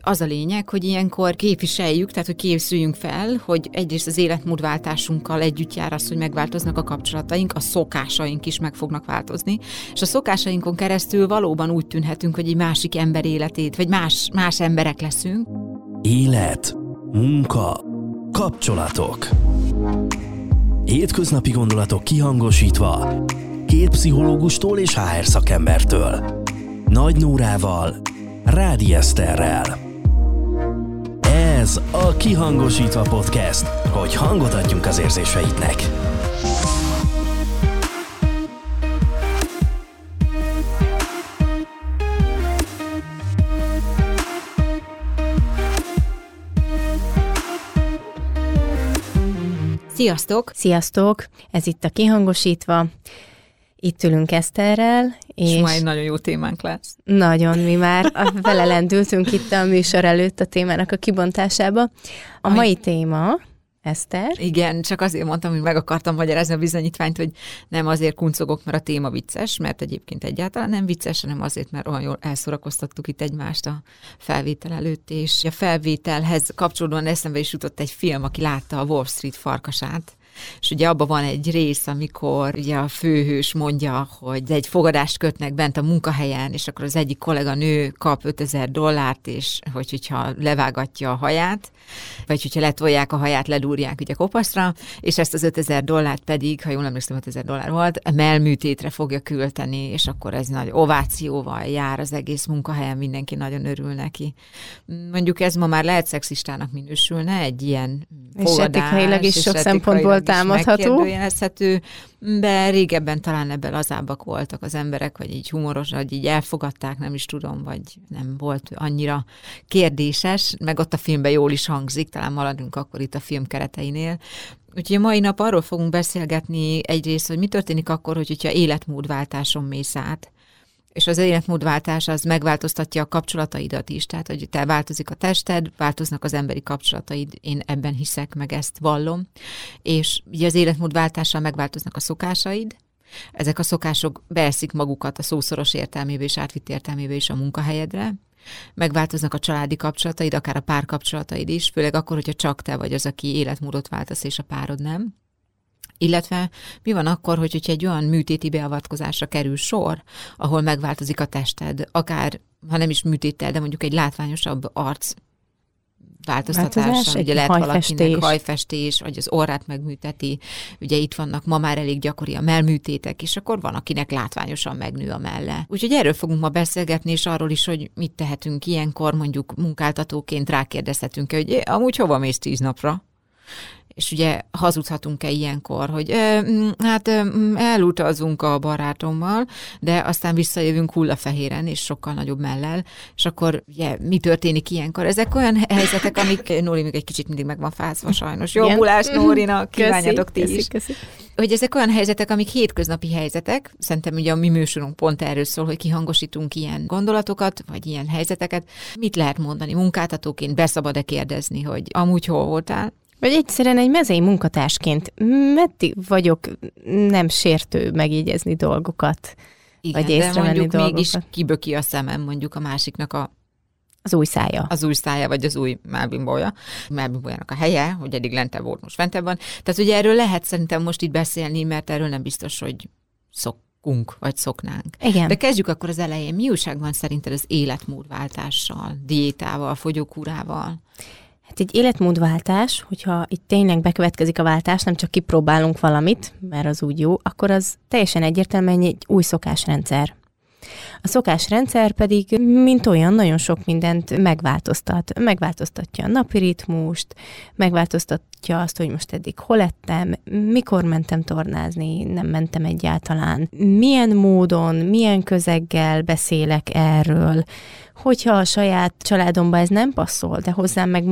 az a lényeg, hogy ilyenkor képviseljük, tehát hogy készüljünk fel, hogy egyrészt az életmódváltásunkkal együtt jár az, hogy megváltoznak a kapcsolataink, a szokásaink is meg fognak változni, és a szokásainkon keresztül valóban úgy tűnhetünk, hogy egy másik ember életét, vagy más emberek leszünk. Élet, munka, kapcsolatok. Hétköznapi gondolatok kihangosítva, két pszichológustól és HR szakembertől. Nagy Nórával, Rádi Eszterrel. Ez a Kihangosítva Podcast, hogy hangot adjunk az érzéseidnek. Sziasztok! Sziasztok! Ez itt a Kihangosítva. Itt ülünk Eszterrel. És majd nagyon jó témánk lesz. Nagyon, mi már vele lendültünk itt a műsor előtt a témának a kibontásába. A mai téma, Eszter. Igen, csak azért mondtam, hogy meg akartam magyarázni a bizonyítványt, hogy nem azért kuncogok, mert a téma vicces, mert egyébként egyáltalán nem vicces, hanem azért, mert olyan jól elszórakoztattuk itt egymást a felvétel előtt, és a felvételhez kapcsolódóan eszembe is jutott egy film, aki látta a Wall Street farkasát. És ugye abban van egy rész, amikor ugye a főhős mondja, hogy egy fogadást kötnek bent a munkahelyen, és akkor az egyik kolléganő kap $5000, és hogyha levágatja a haját, vagy hogyha letolják a haját, ledúrják ugye kopaszra, és ezt az $5000 pedig, ha jól emlékszem, $5000 volt, mellműtétre fogja költeni, és akkor ez nagy ovációval jár az egész munkahelyen, mindenki nagyon örül neki. Mondjuk ez ma már lehet szexistának minősülne, egy ilyen fogadás. És etikailag is sok szempontból támadható. Megkérdőjelezhető, de régebben talán ebben lazábbak voltak az emberek, vagy így humoros, vagy így elfogadták, nem is tudom, vagy nem volt annyira kérdéses, meg ott a filmben jól is hangzik, talán maradunk akkor itt a film kereteinél. Úgyhogy a mai nap arról fogunk beszélgetni egyrészt, hogy mi történik akkor, hogyha életmódváltáson mész át, és az életmódváltás az megváltoztatja a kapcsolataidat is, tehát hogy te változik a tested, változnak az emberi kapcsolataid, én ebben hiszek, meg ezt vallom, és ugye az életmódváltással megváltoznak a szokásaid, ezek a szokások beeszik magukat a szószoros értelmébe és átvitt értelmébe is a munkahelyedre, megváltoznak a családi kapcsolataid, akár a párkapcsolataid is, főleg akkor, hogyha csak te vagy az, aki életmódot váltasz, és a párod nem. Illetve mi van akkor, hogyha egy olyan műtéti beavatkozásra kerül sor, ahol megváltozik a tested, akár, ha nem is műtéttel, de mondjuk egy látványosabb arc változtatása, ugye lehet valakinek hajfestés, vagy az orrát megműteti, ugye itt vannak ma már elég gyakori a mellműtétek, és akkor van, akinek látványosan megnő a melle. Úgyhogy erről fogunk ma beszélgetni, és arról is, hogy mit tehetünk ilyenkor, mondjuk munkáltatóként rákérdezhetünk, hogy amúgy hova mész 10 napra? És ugye hazudhatunk-e ilyenkor, hogy elutazunk a barátommal, de aztán visszajövünk hullafehéren, és sokkal nagyobb mellel, és akkor ugye mi történik ilyenkor? Ezek olyan helyzetek, amik Nóri még egy kicsit mindig meg van fázva sajnos. Jobbulás Nórinak, kívánjátok ti is. Köszi. Hogy ezek olyan helyzetek, amik hétköznapi helyzetek, szerintem ugye a mi műsorunk pont erről szól, hogy kihangosítunk ilyen gondolatokat, vagy ilyen helyzeteket. Mit lehet mondani munkáltatóként, beszabad-e kérdezni, hogy amúgy hol voltál? Vagy egyszerűen egy mezei munkatársként meddig vagyok nem sértő megjegyezni dolgokat, igen, vagy észrevenni dolgokat. De mondjuk mégis kiböki a szemem mondjuk a másiknak az új szája. Az új szája, vagy az új mellbimbója. Mellbimbójának a helye, hogy eddig lentebb volt, most fentebb van. Tehát ugye erről lehet szerintem most itt beszélni, mert erről nem biztos, hogy szokunk, vagy szoknánk. Igen. De kezdjük akkor az elején. Mi újság van szerinted az életmódváltással, diétával, fogyókúrával? Hát egy életmódváltás, hogyha itt tényleg bekövetkezik a váltás, nem csak kipróbálunk valamit, mert az úgy jó, akkor az teljesen egyértelműen egy új szokásrendszer. A szokásrendszer pedig, mint olyan, nagyon sok mindent megváltoztat. Megváltoztatja a napi ritmust, megváltoztatja azt, hogy most eddig hol ettem, mikor mentem tornázni, nem mentem egyáltalán, milyen módon, milyen közeggel beszélek erről, hogyha a saját családomba ez nem passzol, de hozzám meg mondjuk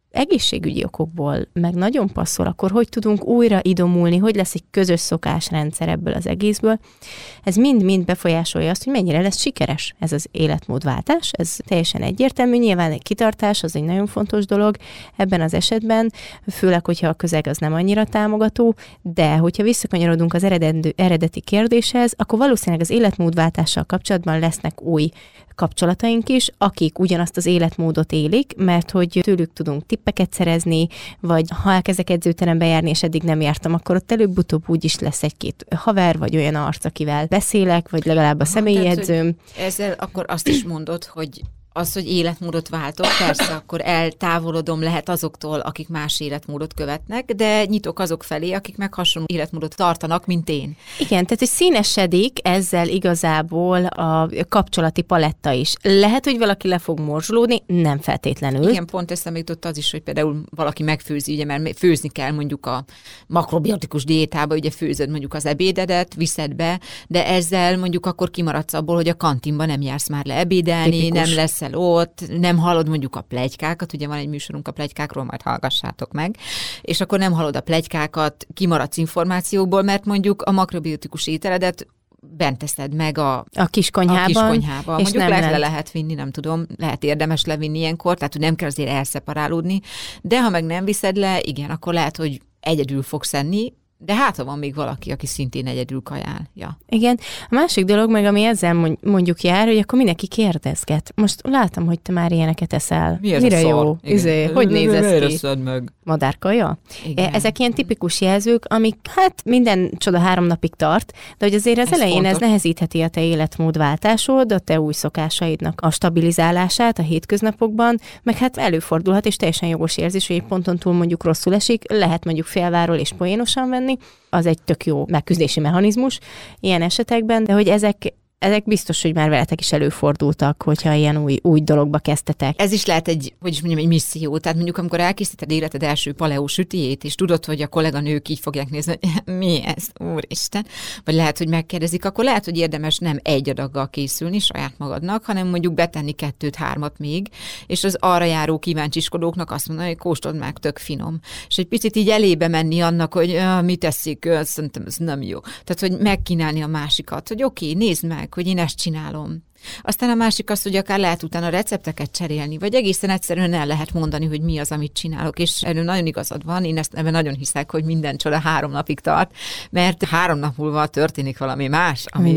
egészségügyi okokból meg nagyon passzol, akkor hogy tudunk újra idomulni, hogy lesz egy közös szokásrendszer ebből az egészből. Ez mind-mind befolyásolja azt, hogy mennyire lesz sikeres ez az életmódváltás. Ez teljesen egyértelmű, nyilván egy kitartás, az egy nagyon fontos dolog ebben az esetben, főleg, hogyha a közeg az nem annyira támogató, de hogyha visszakanyarodunk az eredeti kérdéshez, akkor valószínűleg az életmódváltással kapcsolatban lesznek új kapcsolataink is, akik ugyanazt az életmódot élik, mert hogy tőlük tudunk tippeket szerezni, vagy ha elkezdek edzőterembe járni, és eddig nem jártam, akkor ott előbb-utóbb úgyis lesz egy-két haver, vagy olyan arc, akivel beszélek, vagy legalább a személyi edzőm. Ezzel akkor azt is mondod, hogy az, hogy életmódot váltok, persze, akkor eltávolodom lehet azoktól, akik más életmódot követnek, de nyitok azok felé, akik meg hasonló életmódot tartanak, mint én. Igen, tehát hogy színesedik ezzel igazából a kapcsolati paletta is. Lehet, hogy valaki le fog morzsolódni, nem feltétlenül. Igen, pont eszembe jutott az is, hogy például valaki megfőzi, ugye, mert főzni kell mondjuk a makrobiotikus diétába, ugye főzöd mondjuk az ebédedet, viszed be, de ezzel mondjuk akkor kimaradsz abból, hogy a kantinba nem jársz már le ebédelni, tipikus. Nem lesz ott, nem hallod mondjuk a pletykákat, ugye van egy műsorunk a pletykákról, majd hallgassátok meg, és akkor nem hallod a pletykákat, kimaradsz információkból, mert mondjuk a makrobiotikus ételedet bent teszed meg a kiskonyhában. Mondjuk lehet vinni, nem tudom, lehet érdemes levinni ilyenkor, tehát hogy nem kell azért elszeparálódni, de ha meg nem viszed le, igen, akkor lehet, hogy egyedül fogsz enni, de hát, ha van még valaki, aki szintén egyedül kajál. Ja. Igen. A másik dolog meg, ami ezzel mondjuk jár, hogy akkor mindenki kérdezget. Most látom, hogy te már ilyeneket eszel. Mi ez mire a szar? jó? Hogy néz ez ki? Meg? Madárkaja? Ezek ilyen tipikus jelzők, amik hát minden csoda 3 napig tart, de hogy azért az elején fontos. Ez nehezítheti a te életmódváltásod, a te új szokásaidnak a stabilizálását a hétköznapokban, meg hát előfordulhat, és teljesen jogos érzés, hogy egy ponton túl mondjuk rosszul esik, lehet mondjuk félváról és poénosan venni, az egy tök jó megküzdési mechanizmus ilyen esetekben, de hogy ezek biztos, hogy már veletek is előfordultak, hogyha ilyen új dologba kezdtetek. Ez is lehet egy misszió. Tehát mondjuk, amikor elkészíted életed első paleó sütijét, és tudod, hogy a kolléganők így fogják nézni, hogy mi ez, úristen, vagy lehet, hogy megkérdezik, akkor lehet, hogy érdemes nem egy adaggal készülni saját magadnak, hanem mondjuk betenni 2-3 még, és az arra járó kíváncsiskodóknak azt mondani, hogy kóstold meg, tök finom. És egy picit így elébe menni annak, hogy mit teszik, szerintem ez nem jó. Tehát, hogy megkínálni a másikat, hogy oké, nézd meg, hogy én ezt csinálom. Aztán a másik az, hogy akár lehet utána recepteket cserélni, vagy egészen egyszerűen el lehet mondani, hogy mi az, amit csinálok, és erről nagyon igazad van, én ebben nagyon hiszek, hogy minden csoda 3 napig tart, mert 3 nap múlva történik valami más, ami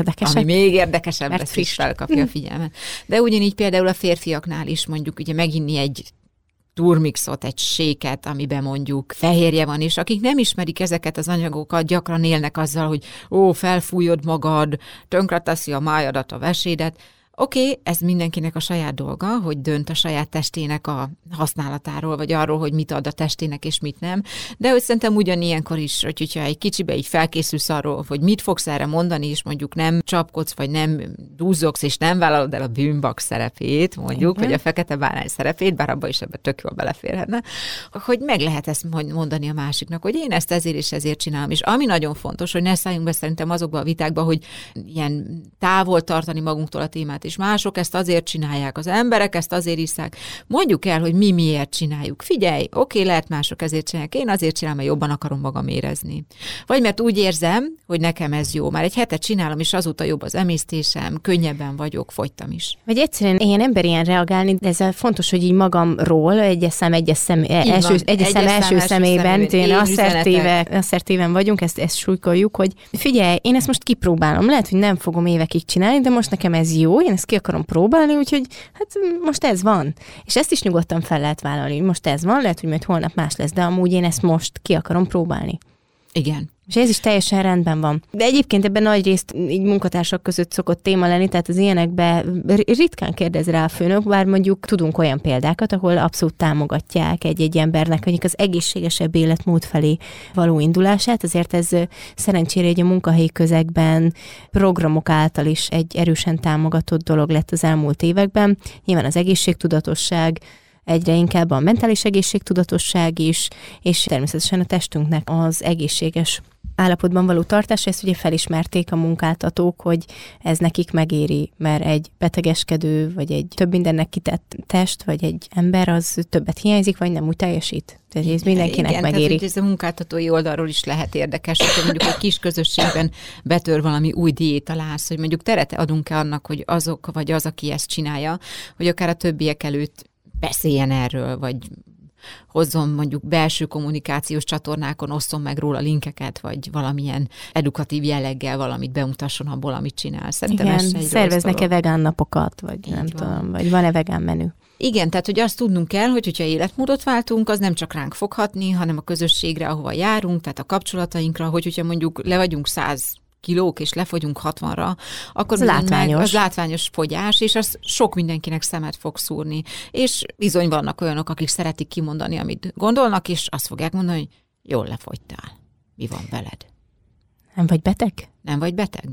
még érdekesebb lesz, és felkapja a figyelmet. De ugyanígy például a férfiaknál is mondjuk ugye meginni egy turmixot, egy séket, amiben mondjuk fehérje van, és akik nem ismerik ezeket az anyagokat, gyakran élnek azzal, hogy felfújod magad, tönkreteszi a májadat, a vesédet. Oké, ez mindenkinek a saját dolga, hogy dönt a saját testének a használatáról, vagy arról, hogy mit ad a testének, és mit nem. De hogy szerintem ugyanilyenkor is, hogyha egy kicsibe így felkészülsz arról, hogy mit fogsz erre mondani, és mondjuk nem csapkodsz, vagy nem duzzogsz, és nem vállalod el a bűnbak szerepét, mondjuk, vagy a fekete bárány szerepét, bár abban is ebben tök jól beleférhetne, hogy meg lehet ezt mondani a másiknak, hogy én ezt ezért és ezért csinálom. És ami nagyon fontos, hogy ne szálljunk be szerintem azokba a vitákba, hogy ilyen távol tartani magunktól a témát, és mások ezt azért csinálják, az emberek ezt azért isszák. Mondjuk el, hogy mi miért csináljuk. Figyelj, oké, lehet mások ezért csinálják, én azért csinálom, mert jobban akarom magam érezni. Vagy mert úgy érzem, hogy nekem ez jó. Már egy hetet csinálom, és azóta jobb az emésztésem, könnyebben vagyok, fogytam is. Vagy egyszerűen ilyen emberien reagálni, de ez fontos, hogy így magamról egyes szem első szemében asszertíven vagyunk, ezt súlykoljuk, hogy figyelj, én ezt most kipróbálom. Lehet, hogy nem fogom évekig csinálni, de most nekem ez jó, én ezt ki akarom próbálni, úgyhogy hát most ez van. És ezt is nyugodtan fel lehet vállalni, most ez van, lehet, hogy majd holnap más lesz, de amúgy én ezt most ki akarom próbálni. Igen. És ez is teljesen rendben van. De egyébként ebben nagy részt így munkatársak között szokott téma lenni, tehát az ilyenekben ritkán kérdez rá a főnök, bár mondjuk tudunk olyan példákat, ahol abszolút támogatják egy embernek, hogy az egészségesebb életmód felé való indulását, azért ez szerencsére egy a munkahelyi közegben programok által is egy erősen támogatott dolog lett az elmúlt években. Nyilván az egészségtudatosság egyre inkább a mentális egészségtudatosság is, és természetesen a testünknek az egészséges állapotban való tartása, ezt ugye felismerték a munkáltatók, hogy ez nekik megéri, mert egy betegeskedő, vagy egy több mindennek kitett test, vagy egy ember, az többet hiányzik, vagy nem úgy teljesít. Tehát ez mindenkinek igen, megéri. Tehát, ez a munkáltatói oldalról is lehet érdekes, hogy mondjuk egy kis közösségben betör valami új diétalász, hogy mondjuk teret adunk-e annak, hogy azok, vagy az, aki ezt csinálja, hogy akár a többiek előtt beszéljen erről, vagy hozzon mondjuk belső kommunikációs csatornákon, osszon meg róla linkeket, vagy valamilyen edukatív jelleggel valamit bemutasson abból, amit csinál. Szerintem igen, ez egy szerveznek-e vegán napokat, vagy így nem van. tudom, vagy van-e vegán menü? Igen, tehát hogy azt tudnunk kell, hogyha életmódot váltunk, az nem csak ránk fog hatni, hanem a közösségre, ahova járunk, tehát a kapcsolatainkra, hogyha mondjuk le vagyunk 100 kilók, és lefogyunk 60-ra, akkor az látványos fogyás, és az sok mindenkinek szemet fog szúrni. És bizony vannak olyanok, akik szeretik kimondani, amit gondolnak, és azt fogják mondani, hogy jól lefogytál. Mi van veled? Nem vagy beteg? Nem vagy beteg?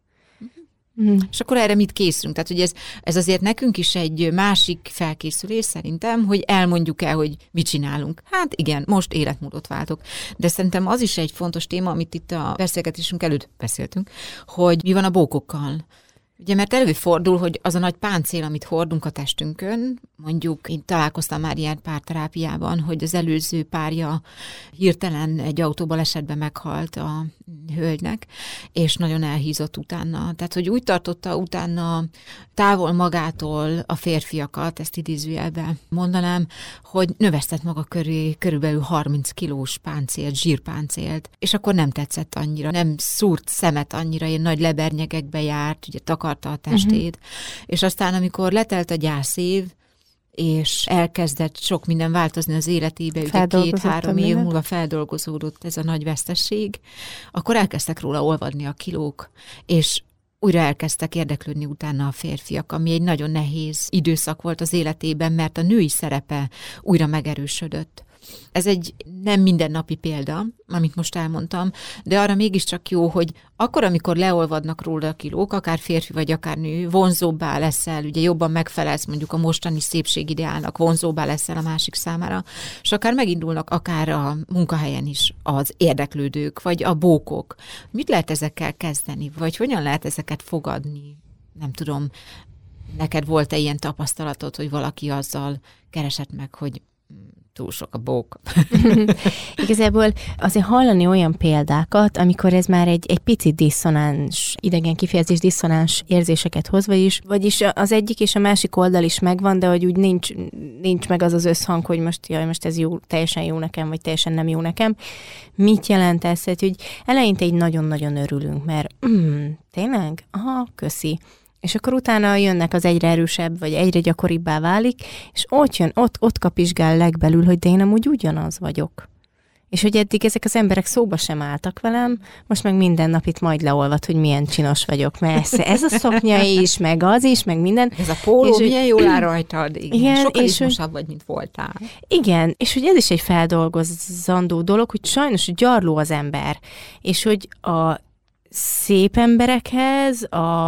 És akkor erre mit készülünk? Tehát, hogy ez azért nekünk is egy másik felkészülés szerintem, hogy elmondjuk el, hogy mit csinálunk. Hát igen, most életmódot váltok. De szerintem az is egy fontos téma, amit itt a beszélgetésünk előtt beszéltünk, hogy mi van a bókokkal. Ugye, mert előfordul, hogy az a nagy páncél, amit hordunk a testünkön, mondjuk én találkoztam már ilyen párterápiában, hogy az előző párja hirtelen egy autóbalesetben meghalt a hölgynek, és nagyon elhízott utána. Tehát, hogy úgy tartotta utána távol magától a férfiakat, ezt idézőjelben mondanám, hogy növesztett maga köré körülbelül 30 kilós páncélt, zsírpáncélt, és akkor nem tetszett annyira, nem szúrt szemet annyira, ilyen nagy lebernyegekbe járt, ugye takarta a testét, és aztán, amikor letelt a gyászév, és elkezdett sok minden változni az életébe, ugye 2-3 év múlva feldolgozódott ez a nagy vesztesség, akkor elkezdtek róla olvadni a kilók, és újra elkezdtek érdeklődni utána a férfiak, ami egy nagyon nehéz időszak volt az életében, mert a női szerepe újra megerősödött. Ez egy nem mindennapi példa, amit most elmondtam, de arra mégiscsak jó, hogy akkor, amikor leolvadnak róla a kilók, akár férfi vagy akár nő, vonzóbbá leszel, ugye jobban megfelelsz mondjuk a mostani szépségideálnak, vonzóbbá leszel a másik számára, és akár megindulnak akár a munkahelyen is az érdeklődők, vagy a bókok. Mit lehet ezekkel kezdeni, vagy hogyan lehet ezeket fogadni? Nem tudom, neked volt-e ilyen tapasztalatod, hogy valaki azzal keresett meg, hogy túl sok a bók. Igazából azért hallani olyan példákat, amikor ez már egy picit diszonáns, idegen kifejezés diszonáns érzéseket hoz, vagyis az egyik és a másik oldal is megvan, de hogy úgy nincs meg az összhang, hogy most ez jó, teljesen jó nekem, vagy teljesen nem jó nekem. Mit jelent ez? Hogy eleinte így nagyon-nagyon örülünk, mert tényleg? Aha, köszi. És akkor utána jönnek az egyre erősebb, vagy egyre gyakoribbá válik, és ott kapizsgál legbelül, hogy de én amúgy ugyanaz vagyok. És hogy eddig ezek az emberek szóba sem álltak velem, most meg minden nap itt majd leolvad, hogy milyen csinos vagyok, mert ez a szoknya is, meg az is, meg minden. Ez a póló milyen jól áll rajtad. Igen, sokkal izmosabb vagy, mint voltál. Igen, és hogy ez is egy feldolgozandó dolog, hogy sajnos gyarló az ember, és hogy a szép emberekhez,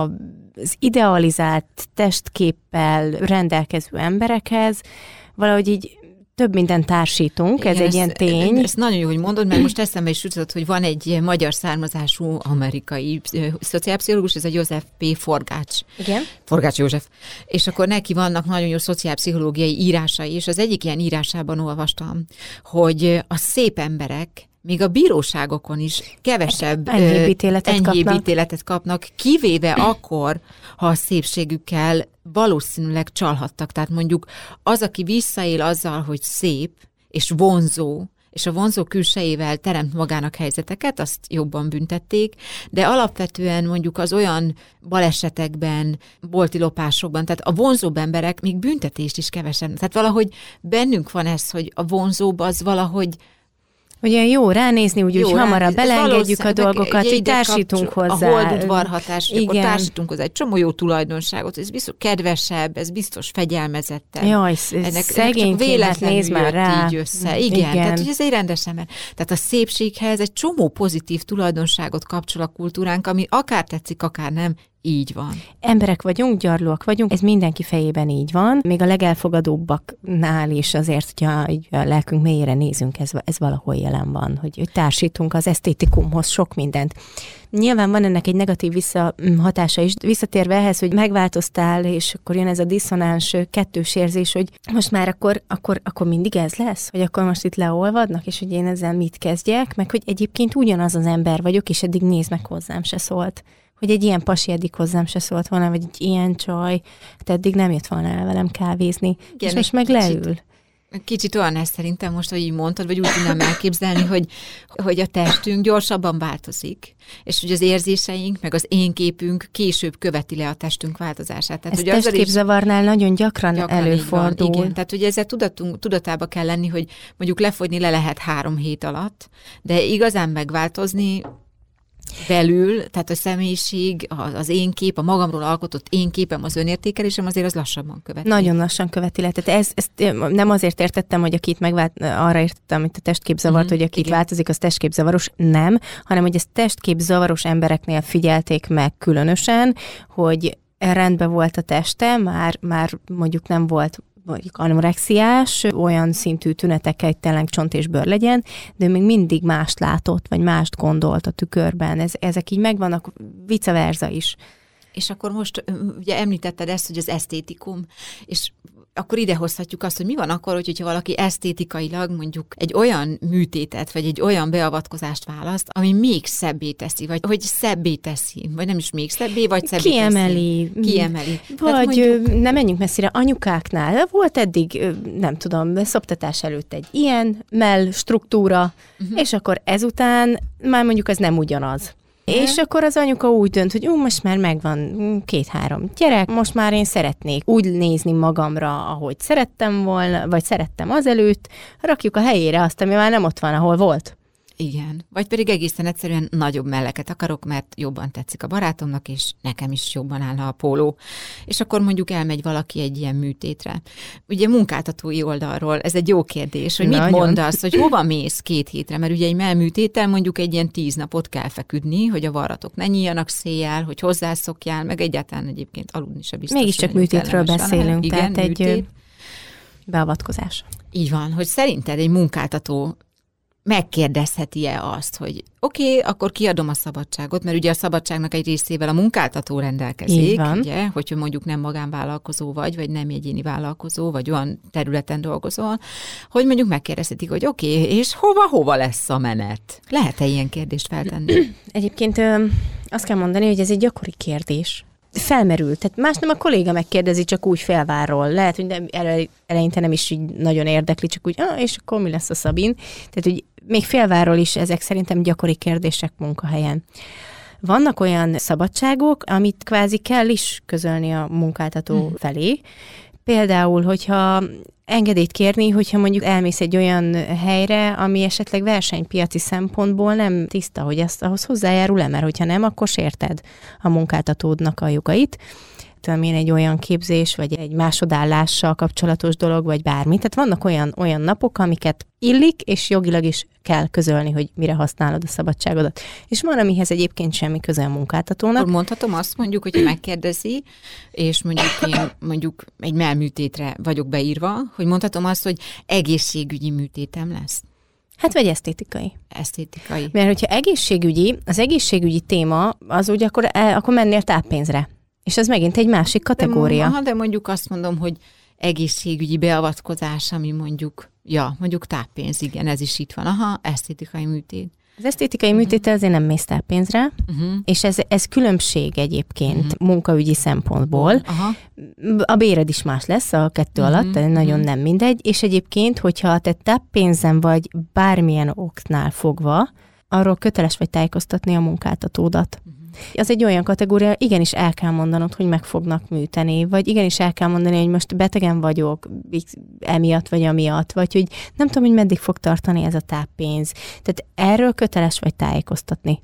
az idealizált testképpel rendelkező emberekhez valahogy így több mindent társítunk, igen, ez egy ilyen tény. Ez nagyon jó, hogy mondod, mert most eszembe is jutott, hogy van egy magyar származású amerikai szociálpszichológus, ez a József P. Forgács. Igen. Forgács József. És akkor neki vannak nagyon jó szociálpszichológiai írásai, és az egyik ilyen írásában olvastam, hogy a szép emberek még a bíróságokon is kevesebb enyhébb ítéletet kapnak, kivéve akkor, ha a szépségükkel valószínűleg csalhattak. Tehát mondjuk az, aki visszaél azzal, hogy szép és vonzó, és a vonzó külsejével teremt magának helyzeteket, azt jobban büntették, de alapvetően mondjuk az olyan balesetekben, bolti lopásokban, tehát a vonzóbb emberek még büntetést is kevesen. Tehát valahogy bennünk van ez, hogy a vonzóbb az valahogy ugye jó ránézni, úgy hamarabb beleengedjük a dolgokat, így társítunk hozzá. A holdudvarhatás, akkor társítunk hozzá egy csomó jó tulajdonságot, ez biztos kedvesebb, ez biztos fegyelmezettebb. Jaj, szegényként néz már rá. Így össze. Igen, tehát hogy ez egy rendes ember. Tehát a szépséghez egy csomó pozitív tulajdonságot kapcsol a kultúránk, ami akár tetszik, akár nem, Így van. Emberek vagyunk, gyarlóak vagyunk, ez mindenki fejében így van, még a legelfogadóbbaknál is azért, hogyha a lelkünk mélyére nézünk, ez valahol jelen van, hogy társítunk az esztétikumhoz sok mindent. Nyilván van ennek egy negatív hatása is. Visszatérve ehhez, hogy megváltoztál, és akkor jön ez a diszonáns kettős érzés, hogy most már akkor mindig ez lesz? Hogy akkor most itt leolvadnak, és hogy én ezzel mit kezdjek? Meg hogy egyébként ugyanaz az ember vagyok, és eddig nézd meg, hozzám se szólt. Hogy egy ilyen pasi eddig hozzám se szólt volna, vagy egy ilyen csaj, hát eddig nem jött volna el velem kávézni. Igen, és most meg leül. Kicsit olyan ez szerintem most, hogy így mondtad, vagy úgy tudnám elképzelni, hogy a testünk gyorsabban változik, és hogy az érzéseink, meg az én képünk később követi le a testünk változását. Tehát, ez testképzavarnál nagyon gyakran előfordul. Igen, tehát hogy ezzel tudatába kell lenni, hogy mondjuk lefogyni le lehet 3 hét alatt, de igazán megváltozni belül, tehát a személyiség, az én kép, a magamról alkotott én képem, az önértékelésem azért az lassabban követi. Nagyon lassan követi le. Tehát ezt nem azért értettem, hogy akit arra értettem, hogy a testképzavart, hogy akit változik, az testképzavaros, nem, hanem hogy ezt testképzavaros embereknél figyelték meg különösen, hogy rendben volt a teste, már mondjuk nem volt mondjuk anorexiás, olyan szintű tünetekkel, hogy tényleg csont és bőr legyen, de még mindig mást látott, vagy mást gondolt a tükörben. Ezek így megvannak, vice versa is. És akkor most ugye említetted ezt, hogy az esztétikum, és akkor idehozhatjuk azt, hogy mi van akkor, hogyha valaki esztétikailag mondjuk egy olyan műtétet, vagy egy olyan beavatkozást választ, ami még szebbé teszi, vagy hogy szebbé teszi, vagy nem is még szebbé, vagy szebbé Kiemeli. Vagy mondjuk, nem menjünk messzire, anyukáknál volt eddig, nem tudom, szoptatás előtt egy ilyen mell struktúra, és akkor ezután már mondjuk ez nem ugyanaz. És akkor az anyuka úgy dönt, hogy most már megvan 2-3 gyerek, most már én szeretnék úgy nézni magamra, ahogy szerettem volna, vagy szerettem azelőtt, rakjuk a helyére azt, ami már nem ott van, ahol volt. Igen. Vagy pedig egészen egyszerűen nagyobb melleket akarok, mert jobban tetszik a barátomnak, és nekem is jobban állna a póló. És akkor mondjuk elmegy valaki egy ilyen műtétre. Ugye munkáltatói oldalról, ez egy jó kérdés, hogy mit mondasz, hogy hova mész 2 hétre, mert ugye egy mellműtéten mondjuk egy ilyen 10 napot kell feküdni, hogy a varratok ne nyíljanak széjjel, hogy hozzászokjál, meg egyáltalán egyébként aludni se biztos. Mégiscsak műtétről beszélünk, igen, tehát egy beavatkozás. Így van, hogy szerinted egy munkáltató megkérdezheti-e azt, hogy oké, akkor kiadom a szabadságot, mert ugye a szabadságnak egy részével a munkáltató rendelkezik, ugye, hogyha mondjuk nem magánvállalkozó vagy nem egyéni vállalkozó, vagy olyan területen dolgozol, hogy mondjuk megkérdezhetik, hogy oké, és hova lesz a menet? Lehet-e ilyen kérdést feltenni? Egyébként azt kell mondani, hogy ez egy gyakori kérdés. Felmerült. Tehát más nem a kolléga megkérdezi, csak úgy felvárról. Lehet, hogy eleinte nem is így nagyon érdekli, csak úgy, és akkor mi lesz a Szabin? Tehát, hogy még félvárról is ezek szerintem gyakori kérdések munkahelyen. Vannak olyan szabadságok, amit kvázi kell is közölni a munkáltató felé. Például, hogyha engedélyt kérni, hogyha mondjuk elmész egy olyan helyre, ami esetleg versenypiaci szempontból nem tiszta, hogy ahhoz hozzájárul-e, mert hogyha nem, akkor sérted a munkáltatódnak a jogait. Tudom én, egy olyan képzés, vagy egy másodállással kapcsolatos dolog, vagy bármi. Tehát vannak olyan napok, amiket illik, és jogilag is kell közölni, hogy mire használod a szabadságodat. És van, amihez egyébként semmi köze a munkáltatónak. Akkor mondhatom azt mondjuk, hogyha megkérdezi, és mondjuk egy mellműtétre vagyok beírva, hogy mondhatom azt, hogy egészségügyi műtétem lesz. Hát vagy esztétikai. Esztétikai. Mert hogyha az egészségügyi téma, az úgy akkor mennél táppénzre. És ez megint egy másik kategória. De mondjuk azt mondom, hogy egészségügyi beavatkozás, ami mondjuk táppénz, igen, ez is itt van. Esztétikai műtét. Az esztétikai műtéttel azért nem mész táppénzre, és ez különbség egyébként munkaügyi szempontból. A béred is más lesz a 2 alatt, nagyon nem mindegy, és egyébként, hogyha te táppénzen vagy bármilyen oknál fogva, arról köteles vagy tájékoztatni a munkáltatódat. Az egy olyan kategória, igenis el kell mondanod, hogy meg fognak műteni, vagy igenis el kell mondani, hogy most betegen vagyok, emiatt vagy amiatt, vagy hogy nem tudom, hogy meddig fog tartani ez a táppénz. Tehát erről köteles vagy tájékoztatni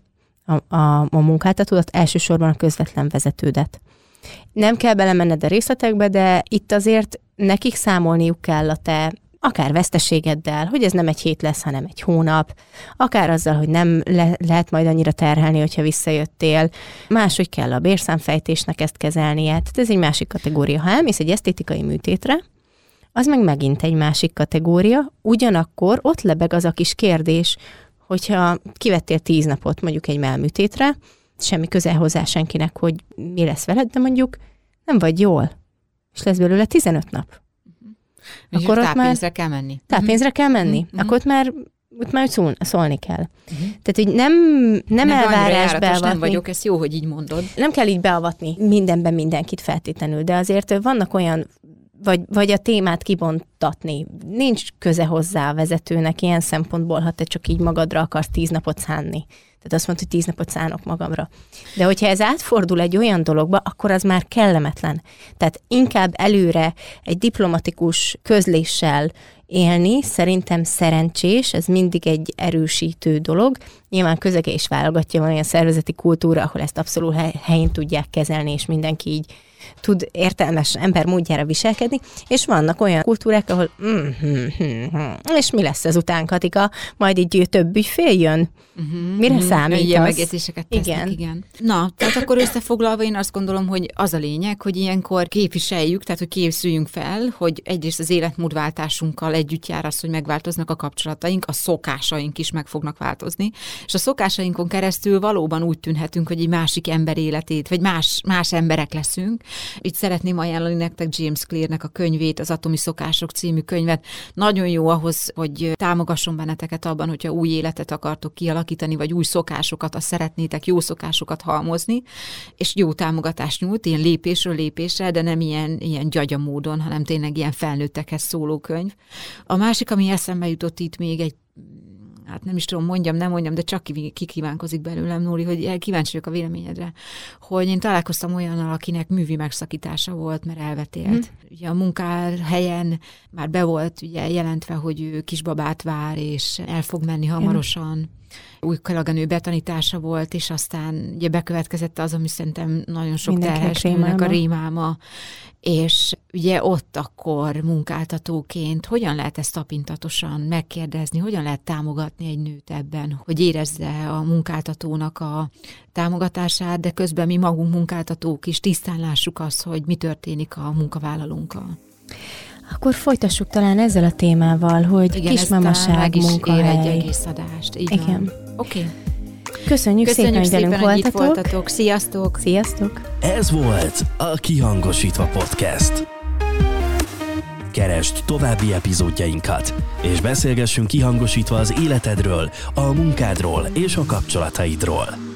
a munkáltatódat, elsősorban a közvetlen vezetődet. Nem kell belemenned a részletekbe, de itt azért nekik számolniuk kell a te akár veszteségeddel, hogy ez nem egy hét lesz, hanem egy hónap, akár azzal, hogy nem lehet majd annyira terhelni, hogyha visszajöttél, máshogy kell a bérszámfejtésnek ezt kezelnie, tehát ez egy másik kategória. Ha elmész egy esztétikai műtétre, az meg megint egy másik kategória, ugyanakkor ott lebeg az a kis kérdés, hogyha kivettél 10 napot mondjuk egy mellműtétre, semmi közel hozzá senkinek, hogy mi lesz veled, de mondjuk nem vagy jól, és lesz belőle 15 nap. Akkor ott táppénzre kell menni. Táppénzre kell menni. Akkor ott már szólni kell. Tehát, hogy nem elvárás beavatni. Nem vagyok, ez jó, hogy így mondod. Nem kell így beavatni mindenben mindenkit feltétlenül, de azért vannak olyan, vagy a témát kibontatni. Nincs köze hozzá a vezetőnek ilyen szempontból, ha te csak így magadra akarsz 10 napot szánni. Tehát azt mondta, hogy 10 napot szánok magamra. De hogyha ez átfordul egy olyan dologba, akkor az már kellemetlen. Tehát inkább előre egy diplomatikus közléssel élni, szerintem szerencsés, ez mindig egy erősítő dolog. Nyilván közege is válogatja, van olyan szervezeti kultúra, ahol ezt abszolút helyén tudják kezelni, és mindenki így tud értelmes ember módjára viselkedni, és vannak olyan kultúrák, ahol és mi lesz ezután, Katika? Majd így több ügyfél jön? Mire számítasz? Ilyen megjegyzéseket tesznek, igen. Na, tehát akkor összefoglalva én azt gondolom, hogy az a lényeg, hogy ilyenkor képviseljük, tehát hogy készüljünk fel, hogy egyrészt az életmódváltásunkkal együtt jár az, hogy megváltoznak a kapcsolataink, a szokásaink is meg fognak változni, és a szokásainkon keresztül valóban úgy tűnhetünk, hogy egy másik ember életét, vagy más emberek leszünk. Itt szeretném ajánlani nektek James Clearnek a könyvét, az Atomi Szokások című könyvet. Nagyon jó ahhoz, hogy támogasson benneteket abban, hogyha új életet akartok kialakítani, vagy új szokásokat, azt szeretnétek jó szokásokat halmozni, és jó támogatást nyújt, ilyen lépésről lépésre, de nem ilyen gyagya módon, hanem tényleg ilyen felnőttekhez szóló könyv. A másik, ami eszembe jutott itt még egy, hát nem is tudom, nem mondjam, de csak kikívánkozik belőlem, Nóri, hogy kíváncsi vagyok a véleményedre, hogy én találkoztam olyannal, akinek művi megszakítása volt, mert elvetélt. Ugye a munkahelyen már be volt ugye jelentve, hogy ő kisbabát vár, és el fog menni hamarosan. Új kolléganő betanítása volt, és aztán ugye bekövetkezett az, ami szerintem nagyon sok terhes nőnek a rémálma, és ugye ott akkor munkáltatóként hogyan lehet ezt tapintatosan megkérdezni, hogyan lehet támogatni egy nőt ebben, hogy érezze a munkáltatónak a támogatását, de közben mi magunk munkáltatók is tisztán lássuk azt, hogy mi történik a munkavállalónkkal. Akkor folytassuk talán ezzel a témával, hogy kismamaság, munkahely. Egy egész adást. Igen. Oké. Köszönjük szépen, hogy velünk voltatok. Sziasztok! Sziasztok! Ez volt a Kihangosítva Podcast. Keresd további epizódjainkat, és beszélgessünk kihangosítva az életedről, a munkádról és a kapcsolataidról.